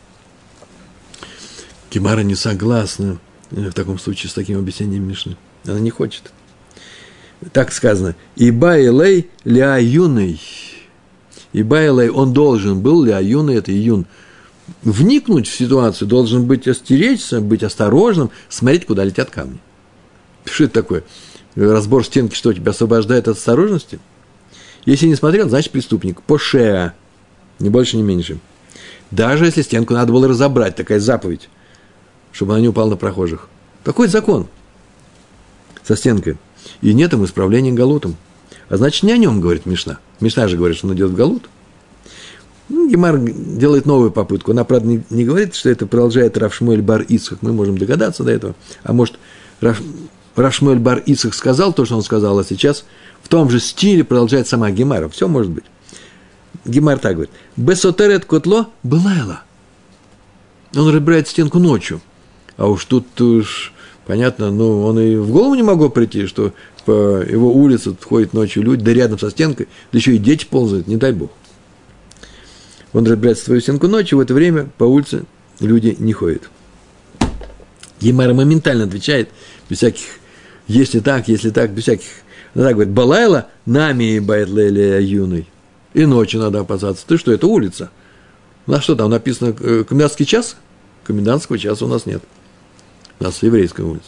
Гемара не согласна в таком случае с таким объяснением Мишны. Она не хочет. Так сказано. Иба элей ля юный. Иба элей, он должен был, ля юный, это июн, вникнуть в ситуацию, должен быть остеречься, быть осторожным, смотреть, куда летят камни. Что это такое? Разбор стенки, что тебя освобождает от осторожности? Если не смотрел, значит преступник. Пошеа. Ни больше, ни меньше. Даже если стенку надо было разобрать, такая заповедь, чтобы она не упала на прохожих. Такой закон со стенкой. И нет им исправления галутом. А значит, не о нем говорит Мишна. Мишна же говорит, что он идет в галут. Гемар делает новую попытку. Она, правда, не говорит, что это продолжает Рав Шмуэль бар Ицхак. Мы можем догадаться до этого. А может, Рав Шмуэль бар Ицхак сказал то, что он сказал, а сейчас в том же стиле продолжает сама Гемара. Все может быть. Гемар так говорит. Бесотерет котло былайла. Он разбирает стенку ночью. А уж тут уж понятно, ну, он и в голову не могло прийти, что по его улице ходят ночью люди, да рядом со стенкой, да еще и дети ползают, не дай бог. Он разбирает свою стенку ночью, в это время по улице люди не ходят. Гемара моментально отвечает, без всяких, если так, без всяких. Она так говорит, балайла нами и байтлеля юный. И ночью надо опасаться. Ты что, это улица? У нас что там написано, комендантский час? Комендантского часа у нас нет. У нас еврейская улица.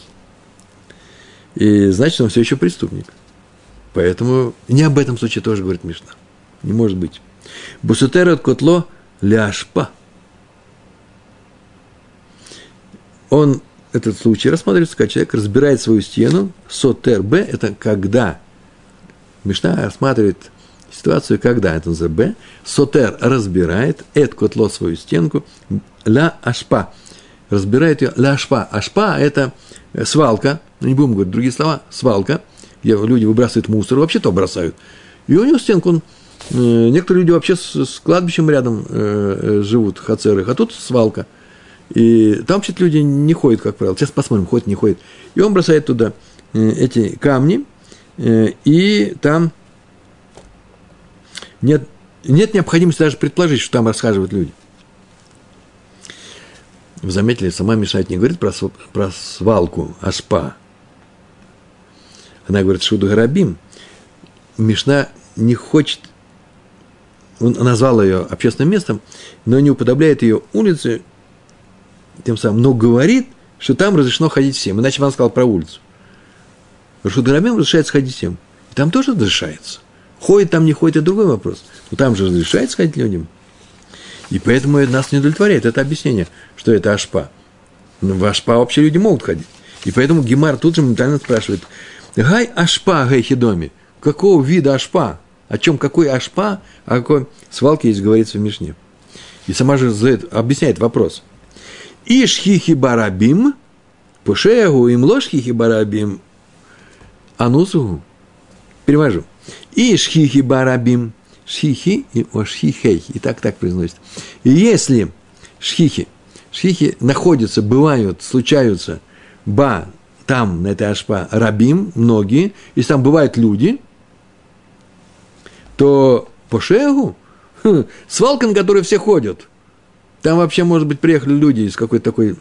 И значит, он все еще преступник. Поэтому не об этом случае тоже говорит Мишна. Не может быть. Бусутерет котло ляшпа. Он, этот случай рассматривается, как человек разбирает свою стену. Сотер б, это когда. Мишна рассматривает ситуацию, когда, это называется б. Сотер разбирает, эт котло свою стенку, ля ашпа. Разбирает ее ля ашпа. Ашпа – это свалка, ну не будем говорить другие слова, свалка, где люди выбрасывают мусор, вообще-то бросают. И у него стенку, некоторые люди вообще с кладбищем рядом живут, хацеры, а тут свалка. И там вообще-то люди не ходят, как правило. Сейчас посмотрим, ходят, не ходят. И он бросает туда эти камни, и там нет необходимости даже предположить, что там расхаживают люди. Вы заметили, сама Мишна не говорит про свалку, ашпа. Она говорит шуду гарабим. Мишна не хочет, он назвал ее общественным местом, но не уподобляет ее улице, тем самым, но говорит, что там разрешено ходить всем. Иначе он сказал про улицу. Шуду гарабим разрешается ходить всем. И там тоже разрешается. Ходит там, не ходит, это другой вопрос. Но там же разрешается ходить людям. И поэтому это нас не удовлетворяет. Это объяснение, что это ашпа. Но в ашпа вообще люди могут ходить. И поэтому Гемар тут же моментально спрашивает, гай ашпа гай хидоми. Какого вида ашпа? О чем какой ашпа, о какой свалке есть говорится в Мишне. И сама же объясняет вопрос. Иш хихи барабим, пушегу им лош хихи барабим, анусугу. Перевожу. Иш хихи барабим. Шхихи и ошхихей. И так произносит. И если шхихи Шхихи находятся, бывают, случаются, ба, там, на этой ашпа, рабим, многие, если там бывают люди, то по шегу, свалка, на которой все ходят, там вообще, может быть, приехали люди из какой-то такой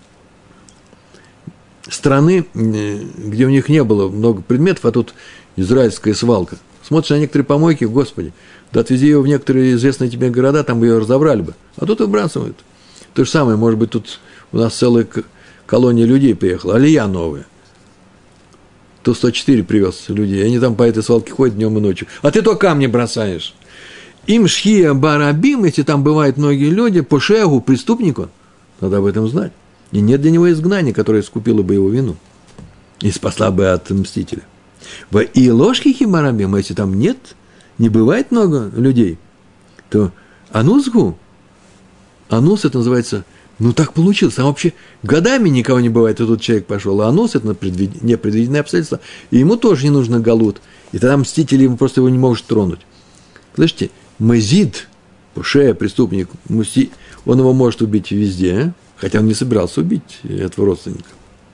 страны, где у них не было много предметов, а тут израильская свалка. Смотришь на некоторые помойки, господи, да отвези ее в некоторые известные тебе города, там бы ее разобрали бы, а тут выбрасывают. То же самое, может быть, тут у нас целая колония людей приехала, алия новая. То 104 привез людей, они там по этой свалке ходят днем и ночью. А ты то камни бросаешь. Им шхия барабим, если там бывают многие люди, по шегу, преступнику, надо об этом знать. И нет для него изгнания, которое искупило бы его вину и спасла бы от мстителя. И ложки хибарабим, если там нет, не бывает много людей, то анусгу, анус это называется, ну так получилось, там вообще годами никого не бывает, и тут человек пошел, а анус это непредвиденное обстоятельство, и ему тоже не нужно галут, и тогда мститель ему просто его не может тронуть. Слышите, мазид, пуше, преступник, он его может убить везде, хотя он не собирался убить этого родственника.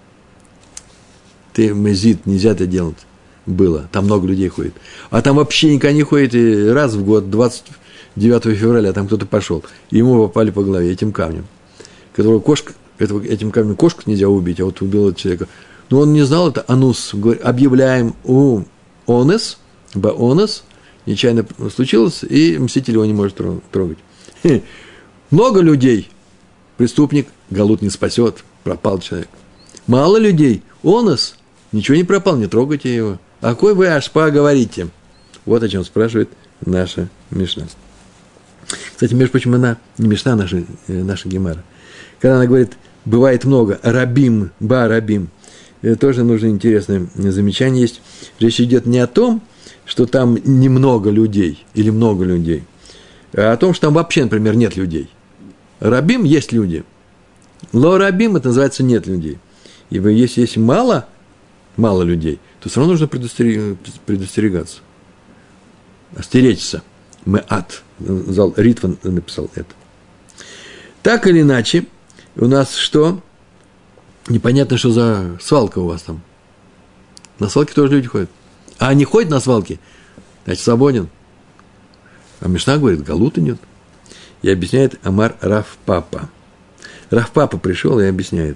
Ты мазид, нельзя это делать. Было, там много людей ходит. А там вообще никогда не ходит, и раз в год, 29 февраля, там кто-то пошел, и ему попали по голове этим камнем. Которого этим камнем кошку нельзя убить, а вот убил этого человека. Но он не знал, это анус. Объявляем онес, баонес, нечаянно случилось, и мститель его не может трогать. Много людей, преступник, галут не спасет, пропал человек. Мало людей, онес, ничего не пропал, не трогайте его. А какой вы ашпа говорите? Вот о чем спрашивает наша Мишна. Кстати, между прочим, она не Мишна, наша Гемара. Когда она говорит, бывает много, рабим, ба-рабим, тоже нужно интересное замечание есть. Речь идет не о том, что там немного людей или много людей, а о том, что там вообще, например, нет людей. Рабим есть люди. Ло рабим, это называется нет людей. Ибо если есть мало людей, то все равно нужно предостерегаться. Остеречься. Меат. Ритван написал это. Так или иначе, у нас что? Непонятно, что за свалка у вас там. На свалке тоже люди ходят. А они ходят на свалке, значит, свободен. А Мишна говорит, галута нет. И объясняет Амар Рав Папа. Рав Папа пришел и объясняет.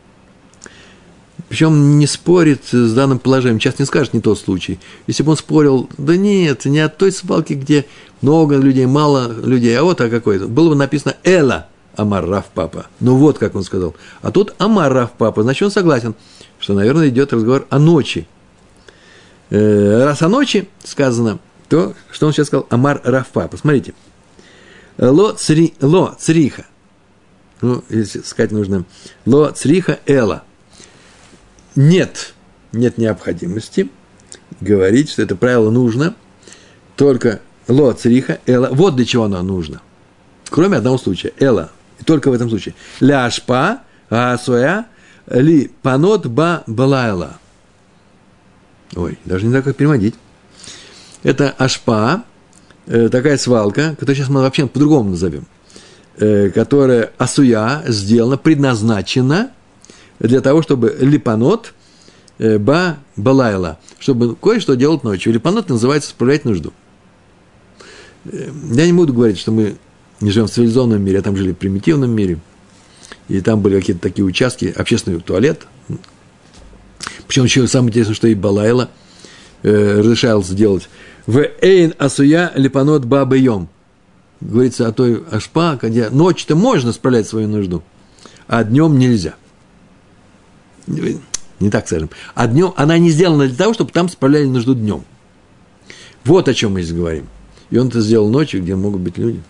Причем не спорит с данным положением. Сейчас не скажет не тот случай. Если бы он спорил, да нет, не от той свалки, где много людей, мало людей, а вот какой-то. Было бы написано «Эла Амар Рав Папа». Ну вот как он сказал. А тут Амар Рав Папа. Значит, он согласен, что, наверное, идет разговор о ночи. Раз о ночи сказано, то что он сейчас сказал? Амар Рав Папа. Смотрите. Ло цриха. Ну, если сказать нужно. Ло цриха эла. Нет необходимости говорить, что это правило нужно, только ло цриха эла. Вот для чего оно нужно. Кроме одного случая. Эла. И только в этом случае. Ля ашпа асоя ли панот ба балайла. Ой, даже не знаю, как переводить. Это ашпа, такая свалка, которую сейчас мы вообще по-другому назовем, которая асуя сделана, предназначена для того, чтобы липанот ба балайла, чтобы кое-что делать ночью. Липанот называется справлять нужду. Я не буду говорить, что мы не живем в цивилизованном мире, а там жили в примитивном мире, и там были какие-то такие участки, общественный туалет. Причем еще самое интересное, что и балайла разрешалось сделать. В эйн асуя липанот ба бейом. Говорится о той ашпа, где ночью-то можно справлять свою нужду, а днем нельзя. Не так скажем. А днем она не сделана для того, чтобы там справляли нужду днем. Вот о чем мы здесь говорим. И он это сделал ночью, где могут быть люди.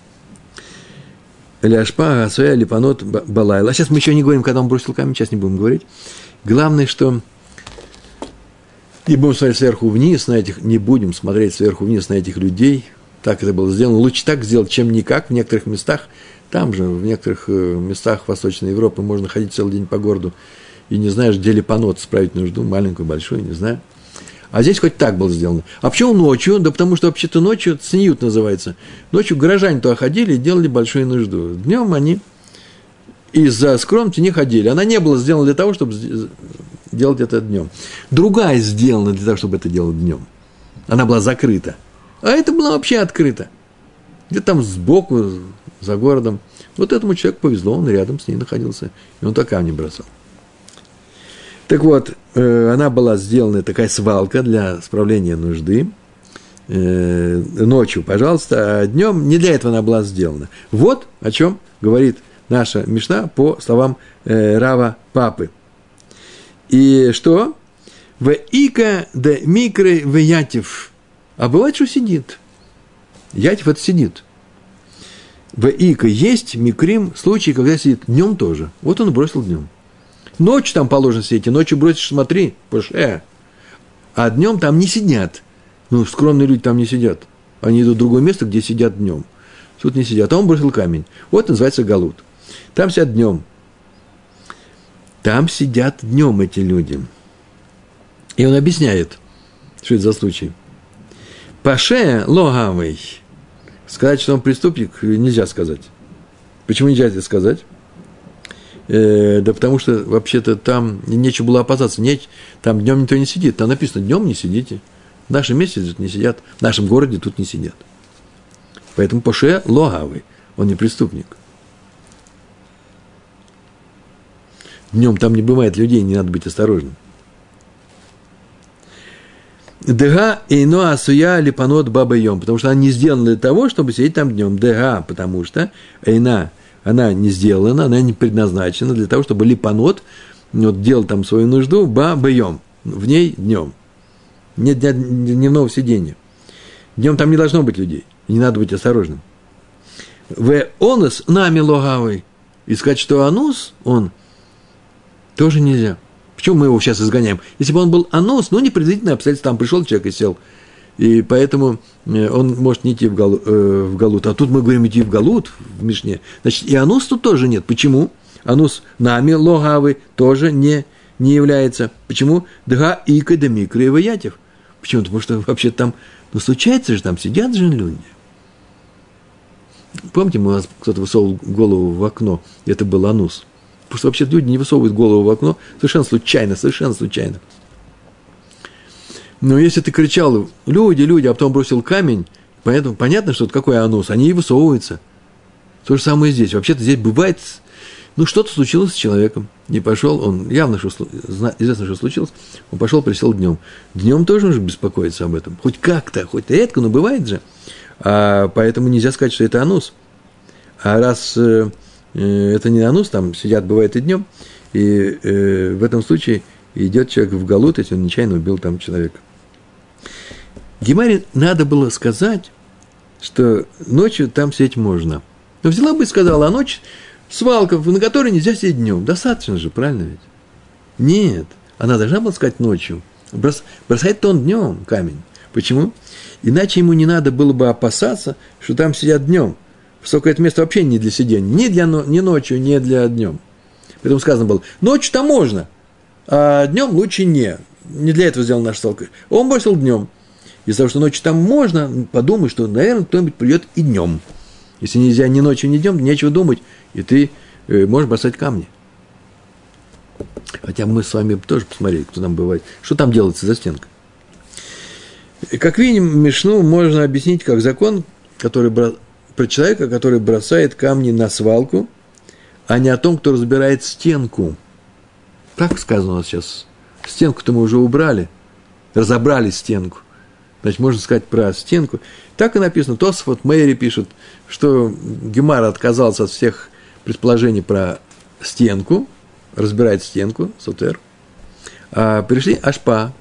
Ляшпа, асуя, липанот, балайла. Сейчас мы еще не говорим, когда он бросил камень, сейчас не будем говорить. Главное, что не будем смотреть сверху вниз на этих, не будем смотреть сверху вниз на этих людей. Так это было сделано. Лучше так сделать, чем никак. В некоторых местах, там же, в некоторых местах Восточной Европы можно ходить целый день по городу и не знаешь, где липанот справить нужду, маленькую, большую, не знаю. А здесь хоть так было сделано. А почему ночью? Да потому что вообще-то ночью, цниют называется, ночью горожане туда ходили и делали большую нужду. Днем они из-за скромности не ходили. Она не была сделана для того, чтобы делать это днем. Другая сделана для того, чтобы это делать днем. Она была закрыта. А это была вообще открыта. Где-то там сбоку, за городом. Вот этому человеку повезло, он рядом с ней находился. И он так камни бросал. Так вот, она была сделана, такая свалка для справления нужды. Ночью, пожалуйста, а днем не для этого она была сделана. Вот о чем говорит наша Мишна по словам Рава Папы. И что? В ика де микры в ятив. А бывает, что сидит. Ятив – это сидит. В ика есть микрим, случаи, когда сидит днем тоже. Вот он бросил днем. Ночью там положено сидеть, и ночью бросишь, смотри, а днем там не сидят. Ну, скромные люди там не сидят. Они идут в другое место, где сидят днем. Тут не сидят. А он бросил камень. Вот называется галут. Там сидят днем. Там сидят днем эти люди. И он объясняет, что это за случай. Паше логавый. Сказать, что он преступник, нельзя сказать. Почему нельзя это сказать? Да потому что, вообще-то, там нечего было опасаться. Там днем никто не сидит. Там написано, днем не сидите. В нашем месте тут не сидят. В нашем городе тут не сидят. Поэтому Паше логавый. Он не преступник. Днем там не бывает людей, не надо быть осторожным. Дега эйно асуя липанот бабайом, потому что она не сделана для того, чтобы сидеть там днем. Дега, потому что эйна, она не сделана, она не предназначена для того, чтобы липанот вот, делал там свою нужду бабайом, в ней днем. Нет дневного сидения. Днем там не должно быть людей, не надо быть осторожным. В онос нами логавый, и сказать, что анус, он тоже нельзя. Почему мы его сейчас изгоняем? Если бы он был анус, ну, непредвиденное обстоятельство, там пришел человек и сел, и поэтому он может не идти в галут. А тут мы говорим идти в галут, в Мишне. Значит, и анус тут тоже нет. Почему? Анус нами логавый тоже не является. Почему? Дга ика да микро и ваятев. Почему? Потому что вообще там, ну, случается же, там сидят же люди. Помните, у нас кто-то высовывал голову в окно, и это был анус. Потому что вообще люди не высовывают голову в окно совершенно случайно, совершенно случайно. Но если ты кричал «люди», а потом бросил камень, понятно, что это какой анус, они и высовываются. То же самое и здесь. Вообще-то здесь бывает, ну, что-то случилось с человеком. Не пошел, он явно, что известно, что случилось, он пошел, присел днем. Днем тоже нужно беспокоиться об этом. Хоть как-то, хоть редко, но бывает же. Поэтому нельзя сказать, что это анус. А раз это не анус, там сидят, бывает и днем, и в этом случае идет человек в галут, если он нечаянно убил там человека. Гемаре надо было сказать, что ночью там сидеть можно. Но взяла бы и сказала, а ночь свалка, на которой нельзя сидеть днем. Достаточно же, правильно ведь? Нет, она должна была сказать ночью. Бросает-то он днем камень. Почему? Иначе ему не надо было бы опасаться, что там сидят днем. Поскольку это место вообще не для сидения, ни ночью, ни для днем. Поэтому сказано было, ночью-то можно, а днем лучше не. Не для этого сделана наша свалка. Он бросил днем. Из-за того, что ночью там можно, подумай, что, наверное, кто-нибудь придет и днем. Если нельзя ни ночью, ни днем, нечего думать, и ты можешь бросать камни. Хотя мы с вами тоже посмотрели, кто там бывает, что там делается за стенкой. Как видим, Мишну можно объяснить как закон, который про человека, который бросает камни на свалку, а не о том, кто разбирает стенку. Так сказано у нас сейчас. Стенку-то мы уже убрали, разобрали стенку. Значит, можно сказать про стенку. Так и написано. Тосфот Мэри пишет, что Гемара отказался от всех предположений про стенку, разбирает стенку, сотер. А пришли ашпа.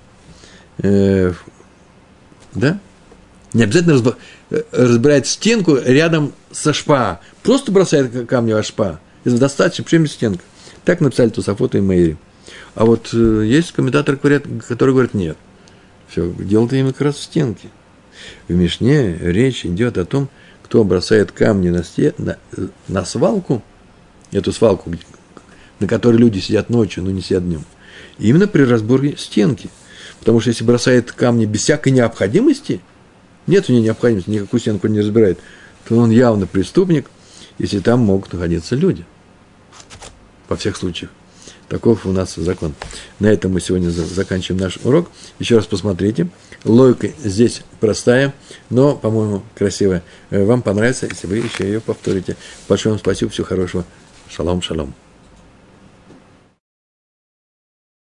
Да? Не обязательно разбирает стенку рядом с ашпа. Просто бросает камни в ашпа. Это достаточно, почему стенка. Так написали Тосафот и Мэри. А вот есть комментаторы, которые говорят, нет. Все, дело-то именно как раз в стенке. В Мишне речь идет о том, кто бросает камни на свалку, эту свалку, на которой люди сидят ночью, но не сидят днем. Именно при разборе стенки. Потому что если бросает камни без всякой необходимости, нет у него необходимости, никакую стенку не разбирает, то он явно преступник, если там могут находиться люди. во всех случаях. Таков у нас закон. На этом мы сегодня заканчиваем наш урок. Еще раз посмотрите. Логика здесь простая, но, по-моему, красивая. Вам понравится, если вы еще ее повторите. Большое вам спасибо, всего хорошего. Шалом, шалом.